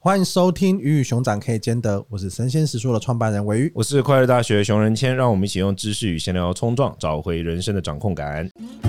欢迎收听鱼与熊掌可以兼得，我是神仙食说的创办人维鱼， 我是快乐大学熊仁谦，让我们一起用知识与闲聊冲撞，找回人生的掌控感。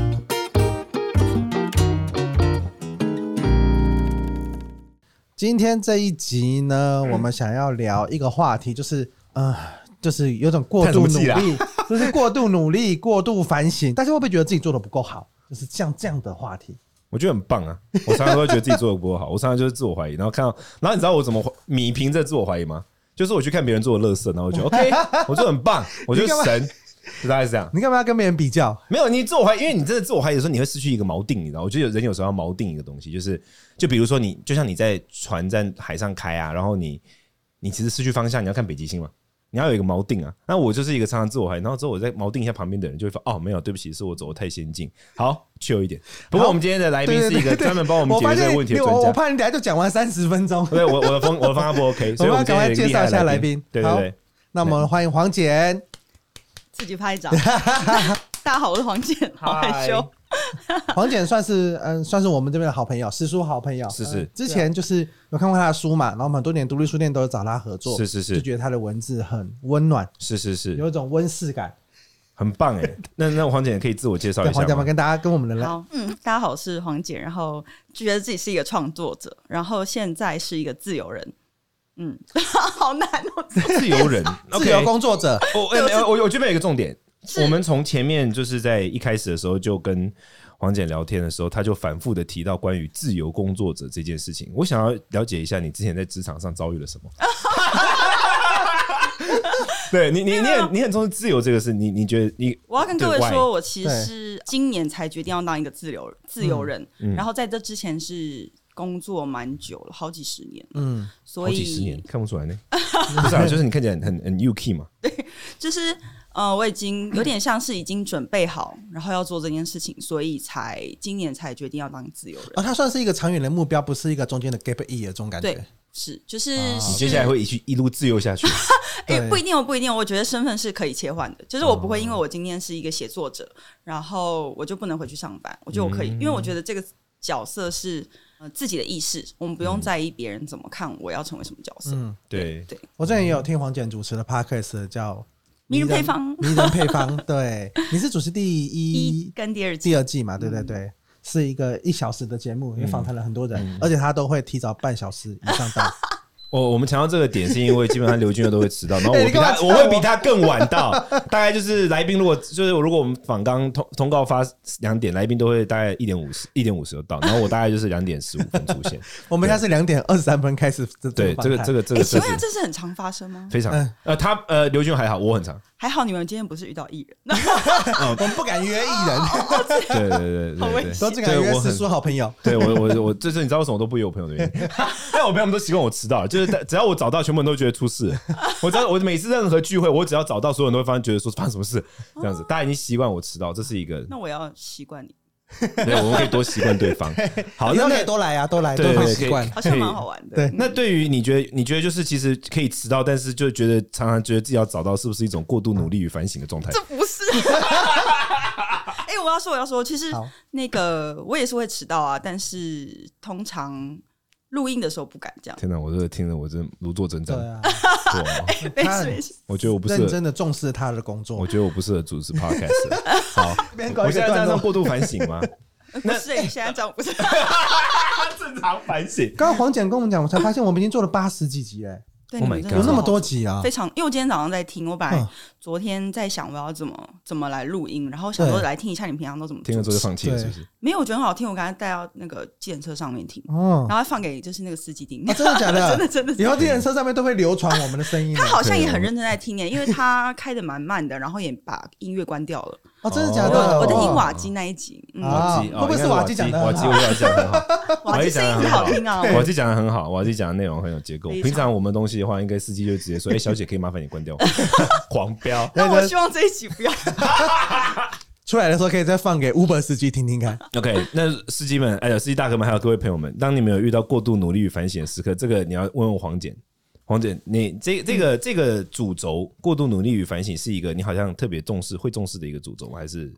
今天这一集呢，我们想要聊一个话题，就是有种过度努力，就是过度努力、过度反省，大家会不会觉得自己做的不够好？就是像这样的话题。 我觉得很棒啊！我常常都会觉得自己做的不够好，我常常就是自我怀疑，然后看到，然后你知道我怎么弭平这自我怀疑吗？就是我去看别人做的垃圾，然后我觉得 OK， 我做的很棒，我就是神，就大概是这样。 你干嘛要跟别人比较？ 没有，你自我怀疑，因为你真的自我怀疑的时候，你会失去一个锚定，你知道？我觉得人有时候要锚定一个东西，就比如说就像你在船在海上开啊，然后你其实失去方向，你要看北极星嘛。你要有一个锚定啊，那我就是一个常常自我怀疑，然后之后我再锚定一下旁边的人，就会说哦，没有，对不起，是我走得太先进，好chill一点。不过我们今天的来宾是一个专门帮我们解决这个问题的专家。 我怕你等一下就讲完30分钟。 对，我的方向不 OK， 所以我们赶快介绍一下来宾。 对对对， 那我们欢迎黄简， 自己拍掌。大家好，我是黄简，好害羞。 黄简算是我们这边的好朋友，诗书好朋友。 是之前就是有看过他的书嘛，然后我们很多年独立书店都有找他合作， 是， 就觉得他的文字很温暖， 是， 有一种温室感， 很棒哎。那黄简可以自我介绍一下吗？ 黄简跟大家跟我们的好，大家好，我是黄简，然后觉得自己是一个创作者，然后现在是一个自由人。好难哦， 自由人， 自由工作者。 我这边有一个重点。我们从前面就是在一开始的时候就跟黄简聊天的时候，他就反复的提到关于自由工作者这件事情。我想要了解一下你之前在职场上遭遇了什么。对你很重视自由这个事，你觉得我要跟各位说，我其实是今年才决定要当一个自由人，然后在这之前是工作蛮久了，好几十年，所以好几十年看不出来呢。不是啊，就是你看起来很 UK 嘛。 对，就是我已经有点像是已经准备好，然后要做这件事情，所以今年才决定要当自由人。 它算是一个长远的目标，不是一个中间的 gap year 这种感觉。 对，是就是你接下来会一路自由下去。 不一定，我觉得身份是可以切换的，就是我不会因为我今天是一个写作者，然后我就不能回去上班。我觉得我可以，因为我觉得这个角色是自己的意识，我们不用在意别人怎么看我要成为什么角色。 对， 我之前也有听黄简主持的 podcast 叫迷人配方， 对，你是主持第一跟第二季嘛，对对对，是一个1小时的节目，也访谈了很多人，而且他都会提早半小时以上到。 我们强调这个点是因为基本上刘俊佑都会迟到，然后我会比他更晚到，大概就是来宾如果我们访纲通告发2点，来宾都会大概1点50就到，然后我大概就是2点15分出现。 我们现在是2点23分开始。 对，这个请问这是很常发生吗？ 非常。刘俊佑还好，我很常。 还好你们今天不是遇到艺人。 我们不敢约艺人。 对， 都只敢约诗书好朋友。 对，我这是你知道为什么我都不约我朋友的原因？因为我朋友们都习惯我迟到，就是只要我早到，全部人都觉得出事了。我每次任何聚会，我只要早到，所有人都会觉得说发生什么事这样子。大家已经习惯我迟到，这是一个。 那我要习惯你。 没有，我们可以多习惯对方。好， 那可以多来啊，多来，多习惯， 好像蛮好玩的。 对， 那对于你觉得就是其实可以迟到，但是就常常觉得自己要早到，是不是一种过度努力与反省的状态？ 这不是。我要说，其实那个我也是会迟到啊，但是通常录音的时候不敢这样。 天哪，我这听着我真如坐针毡。 对啊，没事。 我觉得我不是认真的重视他的工作。 我觉得我不适合主持 podcast。好，我现在这样过度反省吗？ 不是，你现在这样不是正常反省。 刚刚黄简跟我们讲，我才发现我们已经做了80几集嘞。 Oh my god， 有那么多集啊！ 非常，因为我今天早上在听，我本来昨天在想我要怎么来录音，然后想说来听一下你们平常都怎么听了之后就放弃了，是不是？ 没有，我觉得很好听，我刚才带到那个计程车上面听，然后放给就是那个司机听。 真的假的？ 真的。 以后计程车上面都会流传我们的声音。 他好像也很认真在听耶，因为他开的蛮慢的，然后也把音乐关掉了。 真的假的？ 我在听瓦基那一集。 会不会是瓦基讲的？ 瓦基讲的很好， 瓦基声音很好听啊。 瓦基讲的很好，瓦基讲的内容很有结构。平常我们东西的话，应该司机就直接说：“小姐，可以麻烦你关掉。”狂飙。 那我希望这一集不要。 出来的时候可以再放给 Uber 司机听听看。 OK， 那司机们，司机大哥们，还有各位朋友们，当你们有遇到过度努力与反省的时刻，这个你要问问黄简。黄简，你这个主轴过度努力与反省是一个你好像特别会重视的一个主轴，还是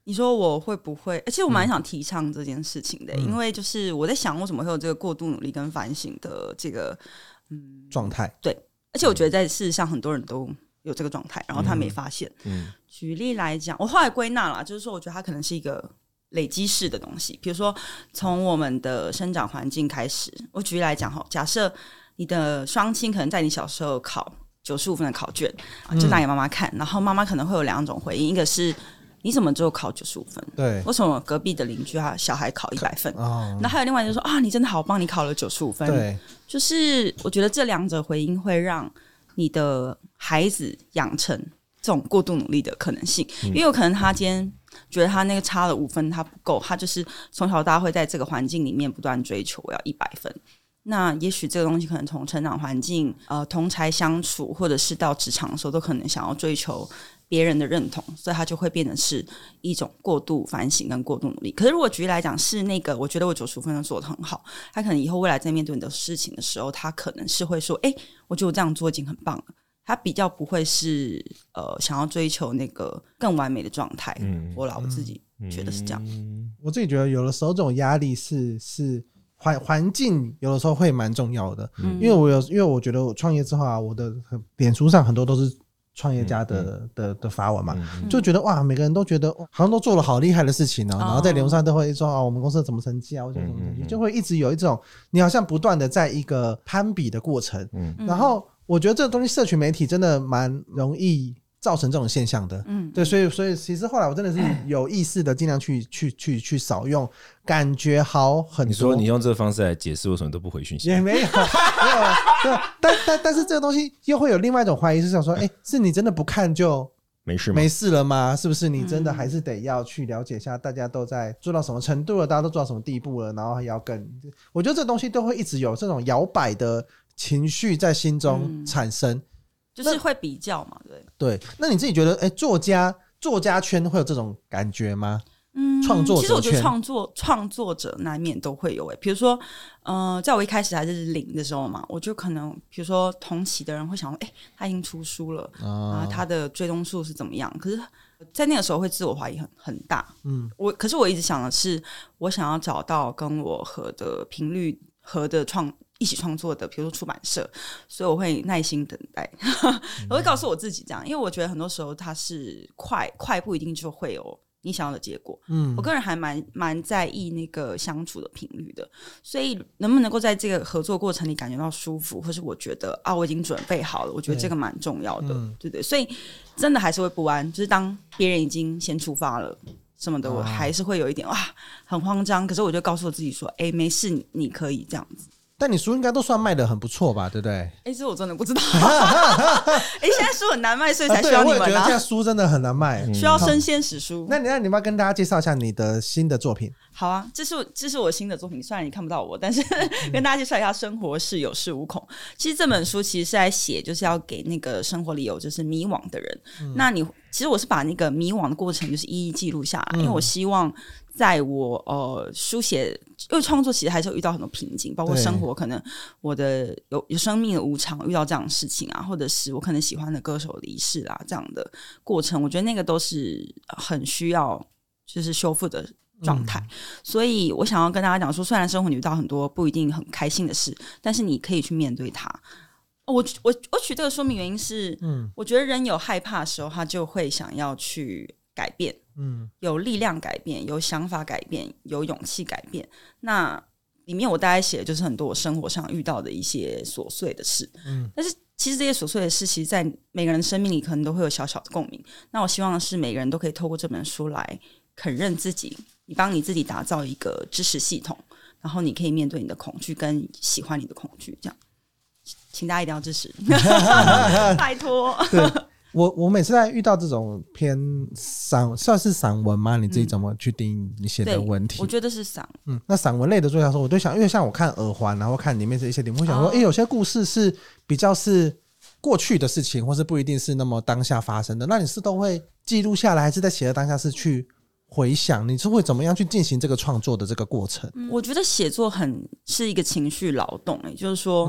你说我会不会？其实我蛮想提倡这件事情的，因为就是我在想，为什么会有这个过度努力跟反省的这个状态？ 对，而且我觉得在事实上很多人都有这个状态，然后他没发现。举例来讲，我后来归纳啦，就是说，我觉得它可能是一个累积式的东西，比如说从我们的生长环境开始。我举例来讲哈，假设你的双亲可能在你小时候考95分的考卷，就拿给妈妈看，然后妈妈可能会有2种回应，一个是你怎么只有考95分？ 对， 为什么隔壁的邻居他小孩考100分？ 哦， 那还有另外就是说啊，你真的好棒，你考了95分。 对， 就是我觉得这2者回应会让你的孩子养成这种过度努力的可能性，因为有可能他今天觉得他那个差了5分他不够，他就是从小到大会在这个环境里面不断追求我要100分。那也许这个东西可能从成长环境、同侪相处，或者是到职场的时候，都可能想要追求别人的认同，所以它就会变成是一种过度反省跟过度努力。可是如果举例来讲，是那个我觉得我95分做得很好，他可能以后未来在面对你的事情的时候，他可能是会说：“我觉得我这样做已经很棒了。”他比较不会是想要追求那个更完美的状态。我自己觉得是这样。 我自己觉得有的时候这种压力是环境有的时候会蛮重要的，因为我觉得我创业之后啊，我的脸书上很多都是创业家的发文嘛，就觉得哇，每个人都觉得好像都做了好厉害的事情，然后在脸书上都会说我们公司怎么成绩啊，或者怎么成绩，就会一直有一种你好像不断的在一个攀比的过程，然后我觉得这个东西社群媒体真的蛮容易造成这种现象的，对，所以其实后来我真的是有意识的尽量去少用，感觉好很多。 你说你用这个方式来解释为什么都不回讯息？ 也没有，对，但是这个东西又会有另外一种怀疑，是想说，是你真的不看就没事了吗？是不是你真的还是得要去了解一下大家都在做到什么程度了，大家都做到什么地步了，然后还要我觉得这东西都会一直有这种摇摆的情绪在心中产生。 就是会比较嘛， 对。那你自己觉得，作家圈会有这种感觉吗？创作者圈， 其实我觉得创作者难免都会有。比如说，在我一开始还是0的时候嘛，我就可能，比如说同期的人会想说，他已经出书了啊，他的追踪数是怎么样？可是，在那个时候会自我怀疑很大。可是我一直想的是，我想要找到跟我合的频率合的一起创作的，比如说出版社，所以我会耐心等待。我会告诉我自己这样，因为我觉得很多时候它是快不一定就会有你想要的结果。我个人还蛮在意那个相处的频率的，所以能不能够在这个合作过程里感觉到舒服，或是我觉得我已经准备好了，我觉得这个蛮重要的，对对。所以真的还是会不安，就是当别人已经先出发了什么的，我还是会有一点很慌张。可是我就告诉我自己说，没事，你可以这样子。 但你书应该都算卖得很不错吧，对不对？ 这我真的不知道。现在书很难卖，所以才需要你们我也觉得现在书真的很难卖， 需要生鲜史书。 那你要不要跟大家介绍一下你的新的作品？ 好啊，这是我新的作品，虽然你看不到我，但是跟大家介绍一下生活是有恃无恐。其实这本书其实是在写，就是要给那个生活里有就是迷惘的人。那其实我是把那个迷惘的过程就是一一记录下来，因为我希望在我书写，因为创作其实还是有遇到很多瓶颈，包括生活可能我的有生命的无常，遇到这样的事情啊，或者是我可能喜欢的歌手离世啊，这样的过程，我觉得那个都是很需要就是修复的状态。所以我想要跟大家讲说，虽然生活你遇到很多不一定很开心的事，但是你可以去面对它。我取这个说明原因是，我觉得人有害怕的时候，他就会想要去改变，有力量改变，有想法改变，有勇气改变。那里面我大概写的就是很多我生活上遇到的一些琐碎的事，但是其实这些琐碎的事，其实在每个人的生命里可能都会有小小的共鸣。那我希望的是每个人都可以透过这本书来肯认自己，你帮你自己打造一个支持系统，然后你可以面对你的恐惧跟喜欢你的恐惧，这样。请大家一定要支持，拜托。 我每次在遇到这种偏算是散文吗？你自己怎么去定义你写的文体？ 我觉得是散。 那散文类的作家说，我就想，因为像我看耳环，然后看里面的一些题目，我想说，有些故事是比较是过去的事情，或是不一定是那么当下发生的。那你是都会记录下来，还是在写的当下是去回想？你是会怎么样去进行这个创作的这个过程？ 我觉得写作是一个情绪劳动，也就是说，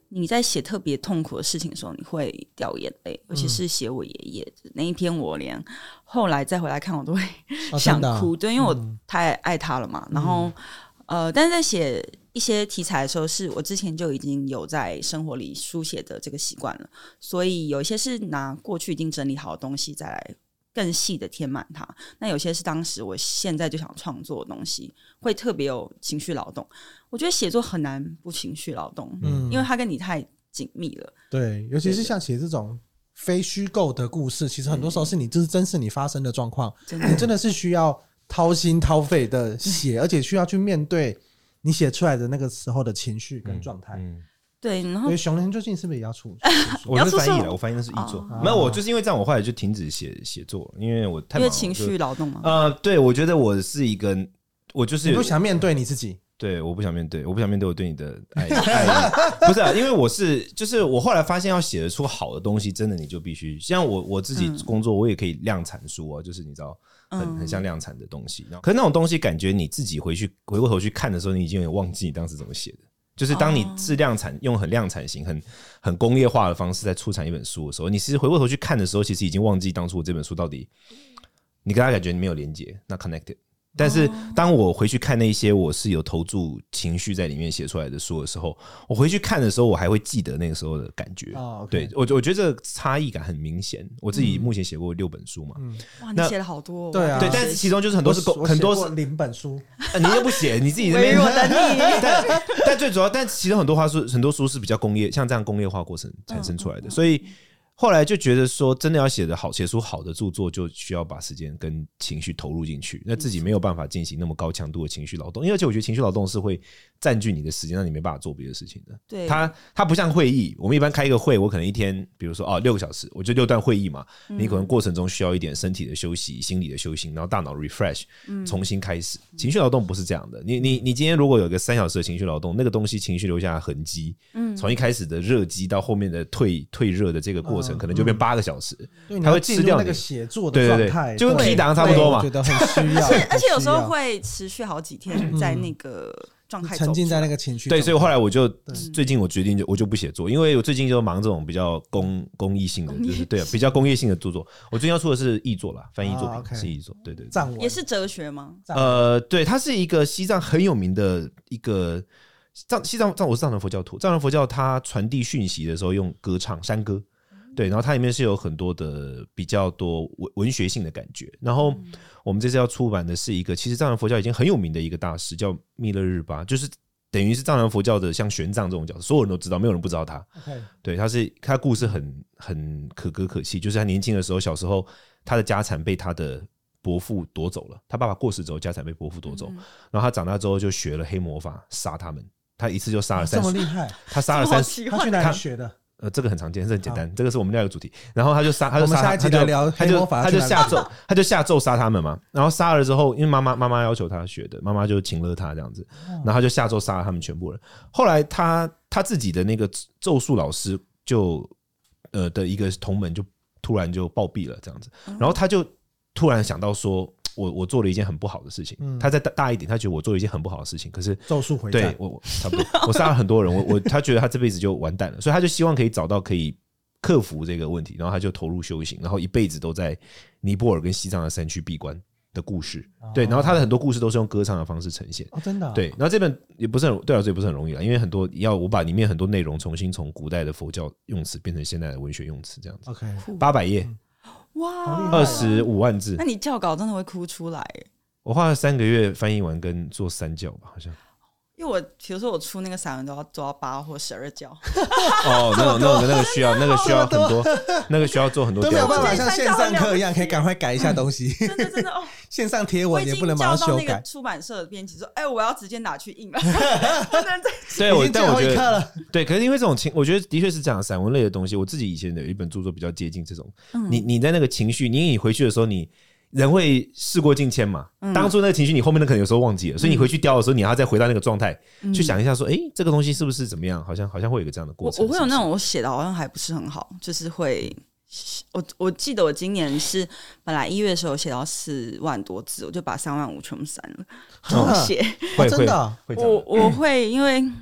你在写特别痛苦的事情的时候，你会掉眼泪，尤其是写我爷爷那一篇，我连后来再回来看我都会想哭，对，因为我太爱他了嘛。然后但是在写一些题材的时候，是我之前就已经有在生活里书写的这个习惯了，所以有一些是拿过去已经整理好的东西再来更细的填满它，那有些是当时我现在就想创作的东西，会特别有情绪劳动。我觉得写作很难不情绪劳动，因为它跟你太紧密了。 对，尤其是像写这种非虚构的故事，其实很多时候是你就是真实你发生的状况，你真的是需要掏心掏肺的写，而且需要去面对你写出来的那个时候的情绪跟状态。 对，然后所以熊人究竟是不是也要出？ 我是翻译的，我翻译的是译作。没有，我就是因为这样，我后来就停止写作，因为我太忙了。 因为情绪劳动嘛。 对，我觉得我是一个，我就是你不想面对你自己。 对，我不想面对我对你的爱不是因为就是我后来发现要写得出好的东西，真的你就必须像我自己工作，我也可以量产书啊，就是你知道很像量产的东西。可是那种东西，感觉你自己回过头去看的时候，你已经有点忘记你当时怎么写的。就是当你是量产，用很量产型、很工业化的方式在出产一本书的时候，你其实回过头去看的时候，其实已经忘记当初这本书到底你跟他感觉你没有连接，那 connected。但是当我回去看那些我是有投注情绪在里面写出来的书的时候，我回去看的时候，我还会记得那个时候的感觉。对，我觉得这个差异感很明显。我自己目前写过6本书嘛， 哇，你写了好多。 对啊， 对，但是其中就是很多是 0本书， 你又不写，你自己这边。但最主要，但其中很多书是比较工业，像这样工业化过程产生出来的，所以。后来就觉得说，真的要写出好的著作，就需要把时间跟情绪投入进去。那自己没有办法进行那么高强度的情绪劳动，因为而且我觉得情绪劳动是会占据你的时间，让你没办法做别的事情的。 对， 它不像会议，我们一般开一个会，我可能一天，比如说6个小时，我就6段会议嘛，你可能过程中需要一点身体的休息、心理的休息，然后大脑 refresh，重新开始。情绪劳动不是这样的，你今天如果有个3小时的情绪劳动，那个东西情绪留下的痕迹，从一开始的热机到后面的退热的这个过程。可能就变8个小时，它会吃掉那个写作的状态， 就跟 key 档差不多嘛。 觉得很需要， 而且有时候会持续好几天在那个状态沉浸在那个情绪。 对，所以后来我就最近我决定我就不写作，因为我最近就忙这种比较公益性的，就是对比较工业性的著作。我最近要出的是译作啦，翻译作品是译作，对对， 藏文也是哲学吗？ 对，它是一个西藏很有名的一个。西藏我是藏传佛教徒，藏传佛教它传递讯息的时候用歌唱山歌。对，然后它里面是有很多的比较多文学性的感觉。然后我们这次要出版的是一个，其实藏传佛教已经很有名的一个大师，叫密勒日巴，就是等于是藏传佛教的像玄奘这种角色，所有人都知道，没有人不知道他。对，他故事很可歌可泣，就是他年轻的时候，小时候他的家产被他的伯父夺走了，他爸爸过世之后，家产被伯父夺走，然后他长大之后就学了黑魔法，杀他们。他一次就杀了30， 这么厉害！ 他杀了30， 他去哪里学的？ 这个很常见，这很简单，这个是我们另外一个主题。然后他就杀， 我们下一集来聊黑魔法， 他就下咒杀他们嘛。然后杀了之后，因为妈妈要求他学的，妈妈就请了他这样子，然后他就下咒杀了他们全部人。后来他自己的那个咒术老师就的一个同门就突然就暴毙了这样子，然后他就突然想到说。我做了一件很不好的事情，他再大一点，他觉得我做了一件很不好的事情，可是咒术回战， 对我差不多，我杀了很多人，他觉得他这辈子就完蛋了，所以他就希望可以找到可以克服这个问题，然后他就投入修行，然后一辈子都在尼泊尔跟西藏的山区闭关的故事，对，然后他的很多故事都是用歌唱的方式呈现， 真的， 对，然后这本也不是对啊，这也不是很容易啦，因为很多我把里面很多内容重新从古代的佛教用词变成现代的文学用词，这样子，800页。 哇 ，25万字， 那你校稿真的会哭出来？ 我花了3个月翻译完，跟做3校吧，好像。 因为比如说我出那个散文都要8或12校。 哦，那个需要很多，那个需要做很多， 都没有办法像线上课一样，可以赶快改一下东西。 真的哦， 线上贴文也不能马上修改。 我已经叫到那个出版社的编辑说：“我要直接拿去印了。” 对，但我觉得对，可是因为这种我觉得的确是这样，散文类的东西，我自己以前的有一本著作比较接近这种。你在那个情绪，你回去的时候，你。人会事过境迁嘛，当初那个情绪你后面可能有时候忘记了，所以你回去雕的时候，你还要再回到那个状态，去想一下说，这个东西是不是怎么样？好像会有一个这样的过程。 我会有那种我写的好像还不是很好，就是会。我记得我今年是本来1月的时候写到4万多字，我就把3万5全部删了，重写。 真的， 我会因为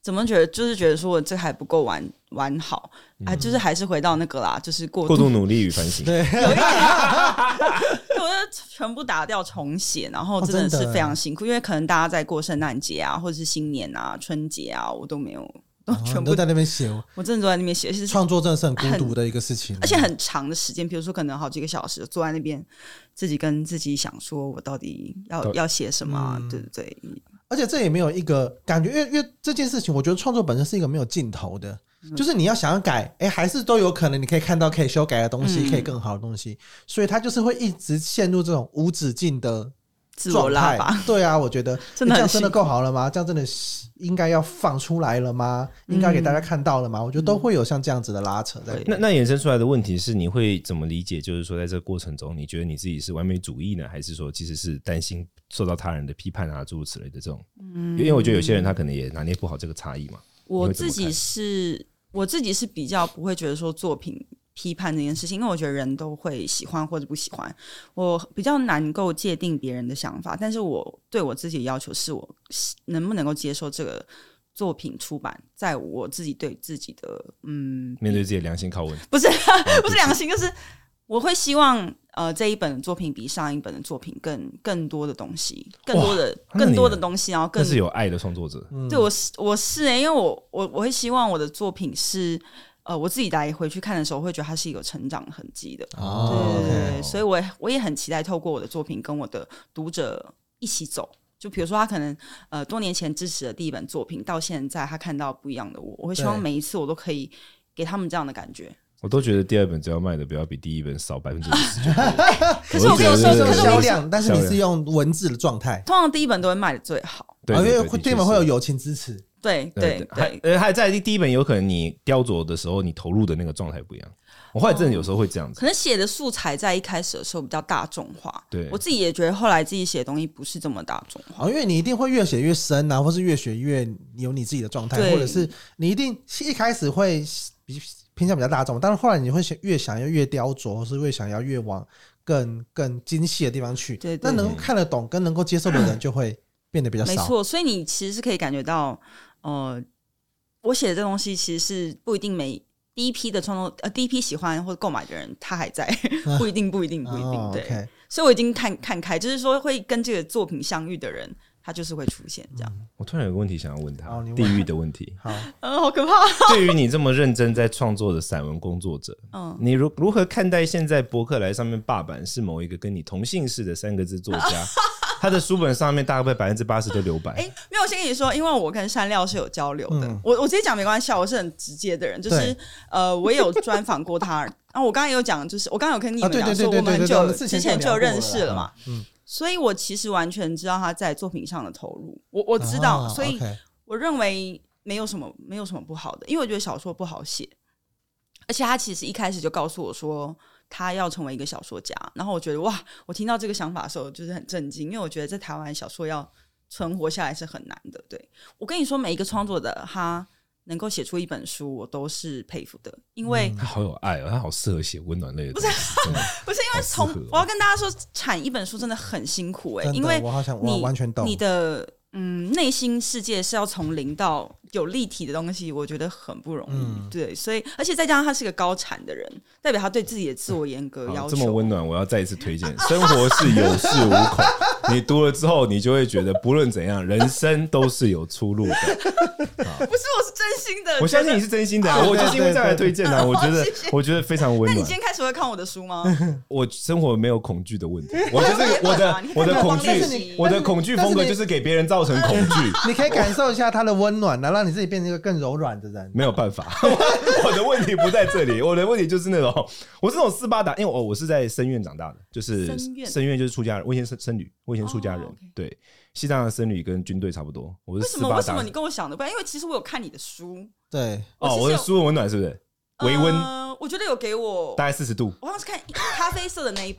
怎么觉得就是觉得说我这还不够完好，就是还是回到那个啦，就是过度努力与反省。 对， 有一点，我就全部打掉重写，然后真的是非常辛苦，因为可能大家在过圣诞节啊，或者是新年啊、春节啊，我都没有。全部都在那边写， 我真的都在那边写， 创作真的是很孤独的一个事情， 而且很长的时间，比如说可能好几个小时坐在那边，自己跟自己想说，我到底要写什么、啊对不对？ 而且这也没有一个感觉，因为这件事情，我觉得创作本身是一个没有尽头的，就是你要想要改，还是都有可能，你可以看到可以修改的东西，可以更好的东西，所以它就是会一直陷入这种无止境的自我拉拔。 对啊，我觉得真的这样真的够好了吗？这样真的应该要放出来了吗？应该给大家看到了吗？我觉得都会有像这样子的拉扯在。 那衍生出来的问题是，你会怎么理解？就是说，在这个过程中，你觉得你自己是完美主义呢，还是说其实是担心受到他人的批判啊，诸如此类的这种？因为我觉得有些人他可能也拿捏不好这个差异嘛。 我自己是比较不会觉得说作品批判这件事情，因为我觉得人都会喜欢或者不喜欢，我比较难够界定别人的想法，但是我对我自己的要求是我能不能够接受这个作品出版，在我自己对自己的面对自己的良心拷问， 不是不是良心，就是我会希望这一本的作品比上一本的作品更多的东西，更多的东西，然后更是有爱的创作者。 对，我是因为我会希望我的作品是。我自己来回去看的时候，会觉得它是一个成长痕迹的。对，所以我也很期待透过我的作品跟我的读者一起走。就比如说，他可能多年前支持的第一本作品，到现在他看到不一样的我会希望每一次我都可以给他们这样的感觉。 我都觉得第二本只要卖的不要比第一本少50%就可是我跟你说， 可是销量，但是你是用文字的状态， 通常第一本都会卖的最好， 因为第一本会有友情支持。 对， 还在第一本有可能你雕琢的时候，你投入的那个状态不一样。我后来真的有时候会这样子， 可能写的素材在一开始的时候比较大众化。 对， 我自己也觉得后来自己写的东西不是这么大众化， 因为你一定会越写越深啊，或是越写越有你自己的状态，或者是你一定一开始会偏向比较大众，但是后来你会越想要越雕琢，或是越想要越往更精细的地方去。 对， 那能看得懂跟能够接受的人就会变得比较少。 没错，所以你其实是可以感觉到，我写的这东西其实是不一定第一批的创作第一批喜欢或者购买的人他还在，不一定，对。 okay. 所以我已经看开，就是说会跟这个作品相遇的人，他就是会出现这样。 我突然有个问题想要问他，地狱的问题。 好可怕。 对于你这么认真在创作的散文工作者，你如何看待现在博客来上面霸版是某一个跟你同姓氏的3个字作家？他的书本上面大概80%都留白。 没有，我先跟你说，因为我跟山料是有交流的，我直接讲没关系，我是很直接的人，就是我也有专访过他，然后我刚刚也有讲，就是我刚刚有跟你们讲说，我们很久之前就有认识了嘛，所以我其实完全知道他在作品上的投入，我知道，所以我认为没有什么不好的，因为我觉得小说不好写，而且他其实一开始就告诉我说他要成为一个小说家，然后我觉得哇，我听到这个想法的时候就是很震惊，因为我觉得在台湾小说要存活下来是很难的。对，我跟你说，每一个创作者他能够写出一本书，我都是佩服的，因为他好有爱他好适合写温暖类的东西。 不是因为我要跟大家说，产一本书真的很辛苦因为我完全懂你的内心世界是要从零到有立体的东西，我觉得很不容易。对，所以而且再加上他是个高产的人，代表他对自己的自我严格要求。 这么温暖，我要再一次推荐《生活是有恃无恐》。你读了之后，你就会觉得不论怎样，人生都是有出路的。 不是，我是真心的， 我相信你是真心的我就是因为这样来推荐的我觉得非常温暖。 那你今天开始会看我的书吗？ 我生活没有恐惧的问题，我就是我的恐惧风格就是给别人造成恐惧。 你可以感受一下他的温暖，让你自己变成一个更柔软的人。 没有办法，我的问题不在这里，我的问题就是那种我是那种斯巴达，因为我是在僧院长大的，就是僧院就是出家人，我以前僧侣，我以前出家人，对，西藏的僧侣跟军队差不多。我是斯巴达。 为什么你跟我想的不一样？因为其实我有看你的书， 对， 我的书温暖是不是？微温， 我觉得有给我大概40度， 我好像是看咖啡色的那一本。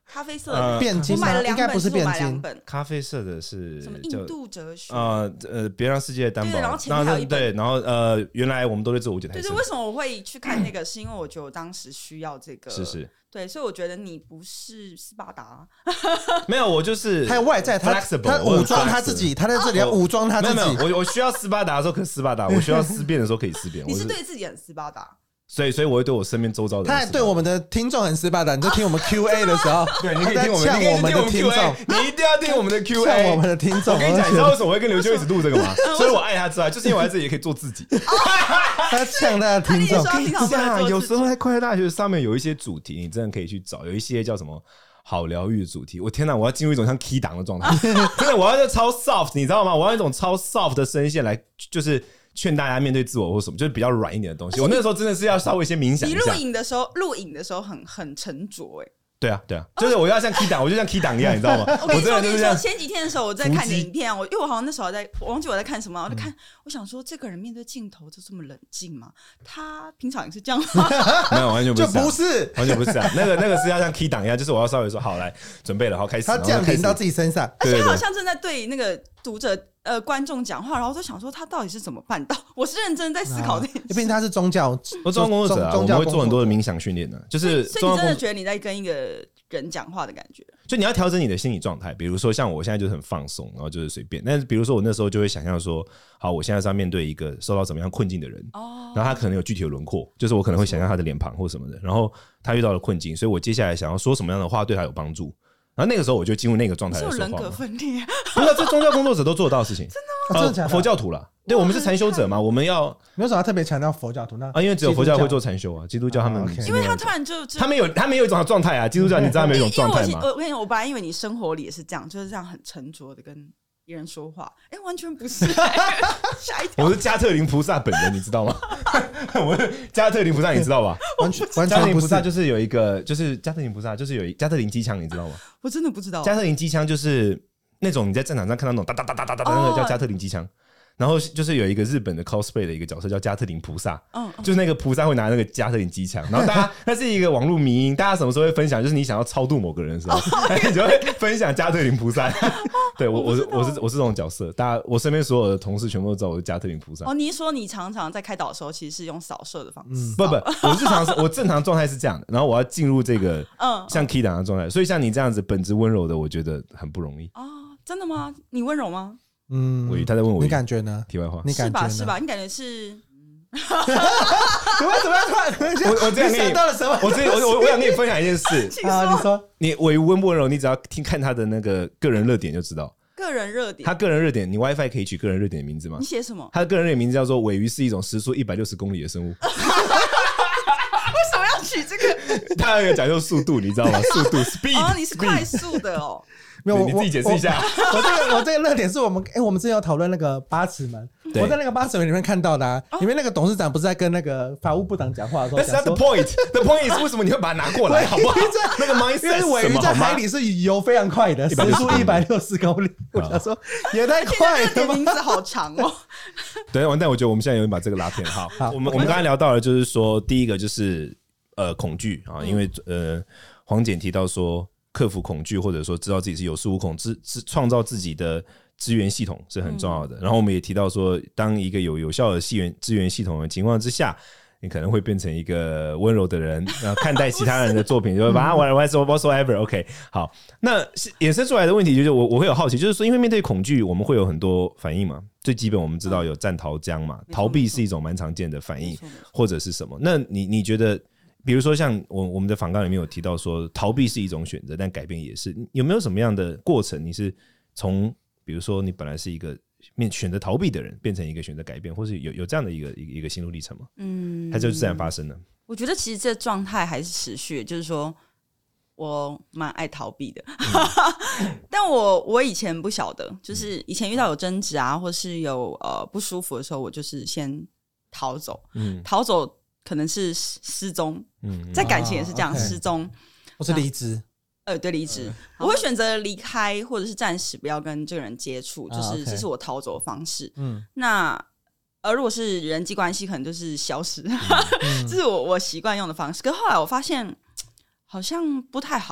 咖啡色的汴京吗？ 我买了2本， 应该不是汴京。 我买2本。 咖啡色的是什么印度哲学？ 别让世界担保。 对，然后前面还有一本。 对，然后原来我们都在做无解台。 对，为什么我会去看那个？是因为我觉得我当时需要这个。 是。 对，所以我觉得你不是斯巴达。 没有，我就是他有外在，他武装他自己，他在这里要武装他自己。 没有，我需要斯巴达的时候可以斯巴达，我需要思辨的时候可以思辨。 你是对自己很斯巴达。 所以我会对我身边周遭的人， 他还对我们的听众很斯巴达。你就听我们 Q&A 的时候， 对，你可以听我们的听众，你一定要听我们的 Q&A， 像我们的听众。 我跟你讲，你知道为什么我会跟刘秋一直录这个吗？所以我爱他之外，就是因为我在这里也可以做自己。 他呛他的听众。 跟你讲，有时候在快乐大学上面有一些主题，你真的可以去找，有一些叫什么好疗愈的主题。我天哪，我要进入一种像 key 档的状态，真的，我要超 soft， 你知道吗？我要一种超 soft 的声线来，就是劝大家面对自我或什么，就是比较软一点的东西。我那个时候真的是要稍微先冥想一下。 你录影的时候很沉着对啊，就是我要像 key 档，我就像 key 档一样，你知道吗？ 我真的就是这样。前几天的时候，我在看你的影片，因为我好像那时候我忘记我在看什么，我就看，我想说这个人面对镜头就这么冷静吗？他平常也是这样吗？ 没有，完全不是， 就不是， 完全不是啊。那个是要像 key 档一样，就是我要稍微说好来准备了，好开始。 他降临到自己身上， 而且他好像正在对那个读者观众讲话，然后我就想说他到底是怎么办到？我是认真在思考这件事。 毕竟他是宗教工作者啊，我们会做很多的冥想训练的，就是所以你真的觉得你在跟一个人讲话的感觉？ 就你要调整你的心理状态，比如说像我现在就是很放松，然后就是随便。但是比如说我那时候就会想象说，好，我现在是要面对一个受到怎么样困境的人，然后他可能有具体的轮廓，就是我可能会想象他的脸庞或什么的，然后他遇到了困境，所以我接下来想要说什么样的话对他有帮助。然后那个时候我就进入那个状态来说话。 是有人格分裂？ 不是，这宗教工作者都做得到的事情。 真的吗？真的假的？ 佛教徒啦，对，我们是禅修者嘛，我们要没有什么特别强调佛教徒那因为只有佛教会做禅修啊，基督教他们因为他突然就他们有一种状态啊，基督教你知道没有一种状态吗？ 我本来以为你生活里也是这样，就是这样很沉着的跟别人说话，完全不是。吓一跳！ 我是加特林菩萨本人，你知道吗？我是加特林菩萨，你知道吧？ 完全加特林菩萨就是有一个，就是加特林菩萨就是有加特林机枪，你知道吗？ 我真的不知道。 加特林机枪就是那种你在战场上看到那种哒哒哒哒哒哒那个叫加特林机枪。然后就是有一个日本的 cosplay 的一个角色叫加特林菩萨，就是那个菩萨会拿那个加特林机枪，然后大家那是一个网络迷因，大家什么时候会分享？就是你想要超度某个人的时候，你就会分享加特林菩萨。对我是这种角色，大家我身边所有的同事全部都知道我是加特林菩萨。 你说你常常在开导的时候，其实是用扫射的方式？ 不，我正常状态是这样的，然后我要进入这个像 key 档的状态，所以像你这样子本质温柔的，我觉得很不容易。 真的吗？你温柔吗？ 他在问我， 你感觉呢？ 题外话， 你感觉是吧？你感觉是？ 你为什么要突然？ 我这样跟你到了什么？ 我想跟你分享一件事啊！你说你尾温不温柔？你只要看他的那个个人热点就知道。 个人热点， 他个人热点，你 WiFi 可以取个人热点的名字吗？ 你写什么？ 他的个人热点名字叫做“尾鱼是一种时速160公里的生物”。为什么要取这个？ 他有讲究速度，你知道吗？速度 speed， 你是快速的哦。 没有，你自己解释一下。 我这个热点是我们之前有讨论那个八尺门，我在那个八尺门里面看到的里面那个董事长不是在跟那个法务部长讲话的时候讲说 ，That's the point. The point is 为什么你会把它拿过来，好不好？那个 mindset 因为尾鱼在海里是游非常快的，时速160公里。我想说也太快了吧， 名字好长哦。 对，但我觉得我们现在有点把这个拉偏。好，我们刚才聊到了，就是说第一个就是恐惧啊，因为黄简提到说。克服恐惧，或者说知道自己是有恃无恐，创造自己的资源系统是很重要的。然后我们也提到说，当一个有效的资源系统的情况之下，你可能会变成一个温柔的人，看待其他人的作品就会把它whatsoever OK。好，那衍生出来的问题就是我会有好奇，就是说，因为面对恐惧，我们会有很多反应嘛。最基本我们知道有战逃僵嘛，逃避是一种蛮常见的反应，或者是什么？那你觉得？比如说像我们的访纲里面有提到说逃避是一种选择，但改变也是。有没有什么样的过程，你是从比如说你本来是一个选择逃避的人，变成一个选择改变，或是有这样的一个心路历程吗？它就自然发生了。 我觉得其实这状态还是持续，就是说我蛮爱逃避的，但我以前不晓得，就是以前遇到有争执啊，或是有不舒服的时候，我就是先逃走，逃走。可能是失踪，在感情也是这样，失踪或是离职， 对，离职，我会选择离开，或者是暂时不要跟这个人接触，就是这是我逃走的方式。那如果是人际关系，可能就是消失，这是我习惯用的方式。可是后来我发现好像不太好，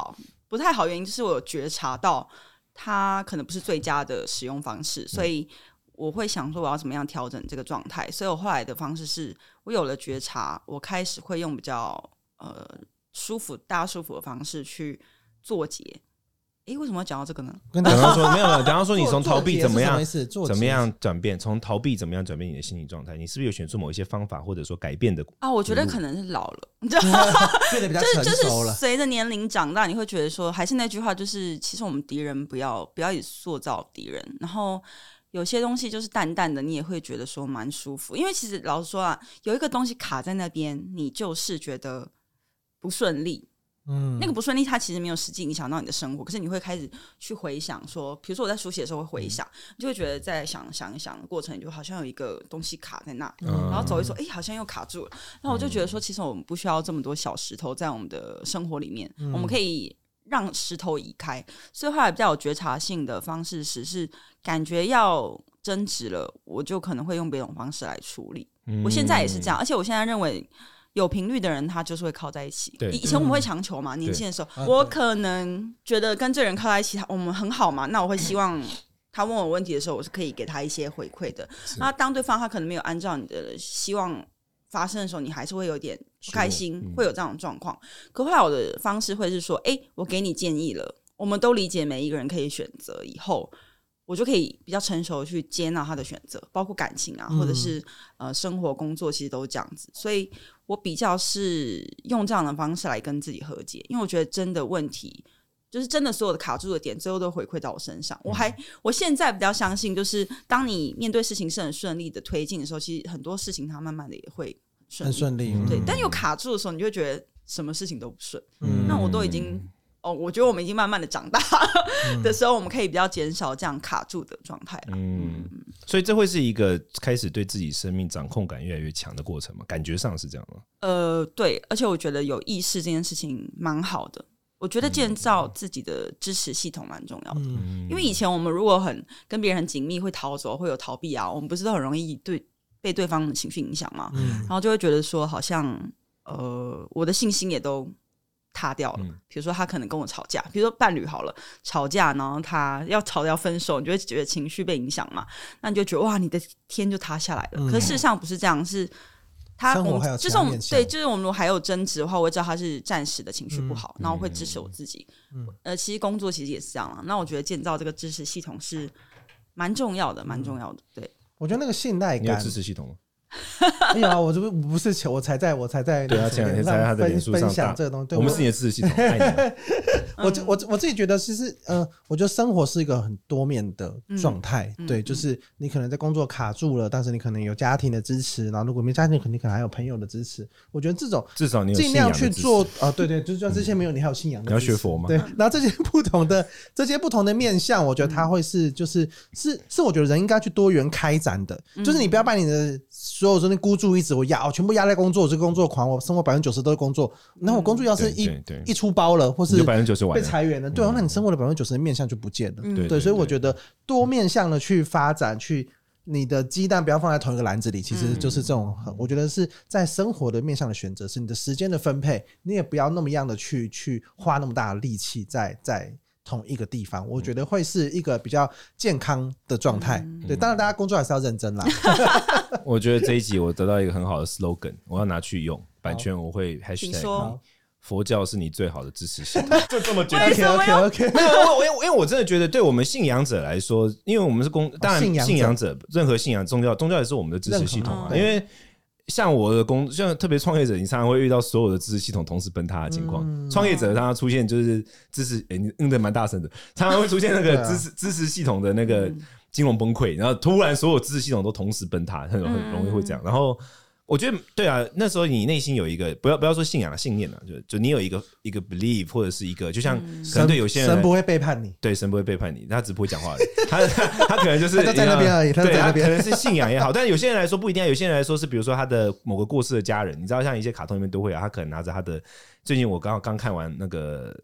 不太好，原因就是我有觉察到它可能不是最佳的使用方式，所以我会想说我要怎么样调整这个状态。所以我后来的方式是我有了觉察，我开始会用比较舒服大家舒服的方式去做结。为什么要讲到这个呢？ 刚刚说没有，刚刚说你从逃避怎么样转变，从逃避怎么样转变你的心理状态？你是不是有选出某一些方法，或者说改变的啊？我觉得可能是老了， 变得比较成熟了。 就是随着年龄长大，你会觉得说，还是那句话，就是其实我们敌人不要一直塑造敌人，然后有些东西就是淡淡的，你也会觉得说蛮舒服。因为其实老实说啊，有一个东西卡在那边，你就是觉得不顺利。那个不顺利它其实没有实际影响到你的生活，可是你会开始去回想说，比如说我在书写的时候会回想，你就会觉得在想一想的过程，你就好像有一个东西卡在那，然后走一走，好像又卡住了。那我就觉得说，其实我们不需要这么多小石头在我们的生活里面，我们可以让石头移开。所以后来比较有觉察性的方式是感觉要争执了，我就可能会用别种方式来处理。我现在也是这样，而且我现在认为有频率的人他就是会靠在一起。以前我们会强求嘛，年轻的时候我可能觉得跟这人靠在一起我们很好嘛，那我会希望他问我问题的时候我是可以给他一些回馈的。那当对方他可能没有按照你的希望发生的时候，你还是会有点不开心，会有这样的状况。可后来我的方式会是说，我给你建议了，我们都理解每一个人可以选择，以后我就可以比较成熟的去接纳他的选择，包括感情啊，或者是生活工作，其实都是这样子。所以我比较是用这样的方式来跟自己和解，因为我觉得真的问题就是真的所有的卡住的点，最后都回馈到我身上。我现在比较相信，就是当你面对事情是很顺利的推进的时候，其实很多事情它慢慢的也会很顺利。 对，但有卡住的时候，你就会觉得什么事情都不顺。那我都已经。我觉得我们已经慢慢的长大的时候，我们可以比较减少这样卡住的状态了。 所以这会是一个开始对自己生命掌控感越来越强的过程吗？感觉上是这样吗？ 对，而且我觉得有意识这件事情蛮好的。我觉得建造自己的支持系统蛮重要的。因为以前我们如果跟别人很紧密，会逃走，会有逃避啊，我们不是都很容易被对方的情绪影响嘛？然后就会觉得说，好像我的信心也都塌掉了。比如说他可能跟我吵架，比如说伴侣好了，吵架，然后他要吵要分手，你就会觉得情绪被影响嘛，那你就觉得哇，你的天就塌下来了。可是事实上不是这样，是他就是我们对，就是我们如果还有争执的话，我会知道他是暂时的情绪不好，然后我会支持我自己。其实工作其实也是这样啦。那我觉得建造这个支持系统是蛮重要的，蛮重要的。对， 我觉得那个信赖感， 你有支持系统吗？ 没有啊，我不是我才在对啊，前两天在他的脸书上分享这个东西。 我们是你的支持系统，爱你我自己觉得，其实我觉得生活是一个很多面的状态。对，就是你可能在工作卡住了，但是你可能有家庭的支持，然后如果没家庭，你可能还有朋友的支持。我觉得这种至少你有信仰的支持， 尽量去做对，就算这些没有，你还有信仰的支持。 你要学佛吗？ 对，然后这些不同的面向，我觉得它会是我觉得人应该去多元开展的。就是你不要把你的所有东西孤注一掷，我全部压在工作，我是工作狂，我生活90%都是工作。那我工作要是一出包了，或是被裁员了，对，那你生活的90%的面向就不见了。对，所以我觉得多面向的去发展，你的鸡蛋不要放在同一个篮子里，其实就是这种。我觉得是在生活的面向的选择，是你的时间的分配，你也不要那么样的去花那么大的力气在同一个地方，我觉得会是一个比较健康的状态。对，当然大家工作还是要认真啦。 我觉得这一集我得到一个很好的 slogan， 我要拿去用，版权我会 hashtag 佛教是你最好的支持系统。就这么决定。 OK， 没有，因为我真的觉得，对我们信仰者来说，因为我们是当然信仰者，任何信仰宗教也是我们的支持系统啊。因为像我的像特别创业者，你常常会遇到所有的支持系统同时崩塌的情况。创业者常常出现就是支持，你得蛮大声的，常常会出现那个支持系统的那个金融崩溃，然后突然所有支持系统都同时崩塌，很容易会这样。然后我觉得对啊，那时候你内心有一个不要说信仰的信念了，就你有一个 belief 或者是一个，就像可能对有些人神不会背叛你， 对，神不会背叛你，他只不会讲话而已。他可能就是他就在那边而已， 对，他可能是信仰也好，但是有些人来说不一定，有些人来说是比如说他的某个过世的家人，你知道像一些卡通里面都会啊，他可能拿着他的，最近我刚看完那个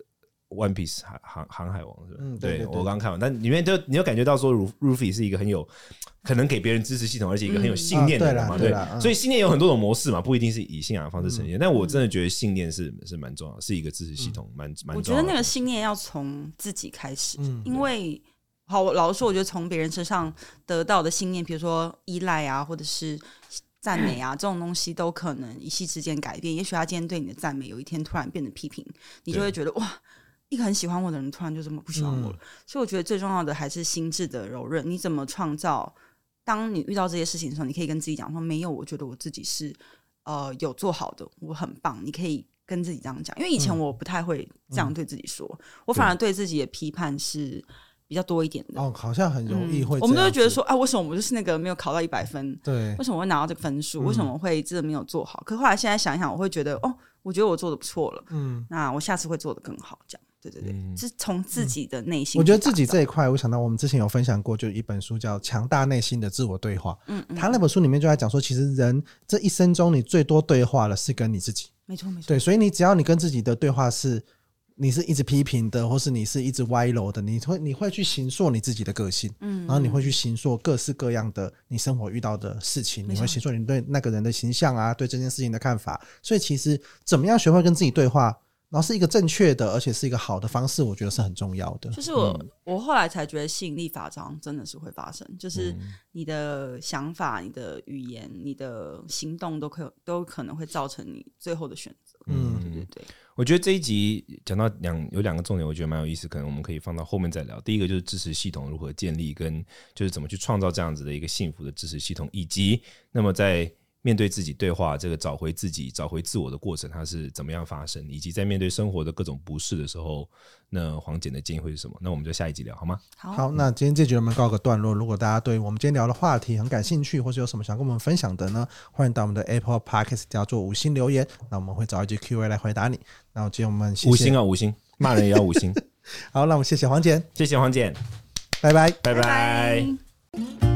One Piece 航海王是吧？ 对， 我刚刚看完，但里面你有感觉到说 Ruffy 是一个很有可能给别人支持系统，而且一个很有信念的人嘛，对，所以信念有很多种模式嘛，不一定是以信仰的方式呈现。但我真的觉得信念是蛮重要的，是一个支持系统，蛮重要的。 我觉得那个信念要从自己开始，因为好，我老实说，我觉得从别人身上得到的信念，比如说依赖啊，或者是赞美啊，这种东西都可能一夕之间改变。也许他今天对你的赞美，有一天突然变成批评，你就会觉得哇。一个很喜欢我的人突然就这么不喜欢我了，所以我觉得最重要的还是心智的柔韧。你怎么创造？当你遇到这些事情的时候，你可以跟自己讲说：“没有，我觉得我自己是有做好的，我很棒。”你可以跟自己这样讲，因为以前我不太会这样对自己说，我反而对自己的批判是比较多一点的。 哦，好像很容易会这样子， 我们都会觉得说啊，为什么我就是那个没有考到100分？ 对， 为什么会拿到这个分数？为什么会真的没有做好？可后来现在想一想，我会觉得哦，我觉得我做的不错了，那我下次会做的更好，这样。对，是从自己的内心。 我觉得自己这一块，我想到我们之前有分享过，就一本书叫《强大内心的自我对话》。他那本书里面就在讲说，其实人这一生中，你最多对话的是跟你自己。 没错。 对，所以只要你跟自己的对话是，你是一直批评的，或是你是一直歪楼的，你会去形塑你自己的个性，然后你会去形塑各式各样的你生活遇到的事情，你会形塑你对那个人的形象啊，对这件事情的看法。所以其实怎么样学会跟自己对话，然后是一个正确的，而且是一个好的方式，我觉得是很重要的。 就是我后来才觉得吸引力法则真的是会发生，就是你的想法、你的语言、你的行动都可能会造成你最后的选择。对。 我觉得这一集讲到有两个重点，我觉得蛮有意思，可能我们可以放到后面再聊。第一个就是支持系统如何建立，跟就是怎么去创造这样子的一个幸福的支持系统，以及那么在面对自己对话，这个找回自己、找回自我的过程，它是怎么样发生，以及在面对生活的各种不适的时候，那黄简的建议会是什么？那我们就下一集聊好吗？ 好，那今天这集我们告个段落。如果大家对我们今天聊的话题很感兴趣，或是有什么想跟我们分享的呢，欢迎到我们的 Apple Podcast 底下做5星留言，那我们会找一集 Q&A 来回答你。那今天我们谢谢 5星啊，5星，骂人也要5星。 好，那我们谢谢黄简， 谢谢黄简， 拜拜， 拜拜。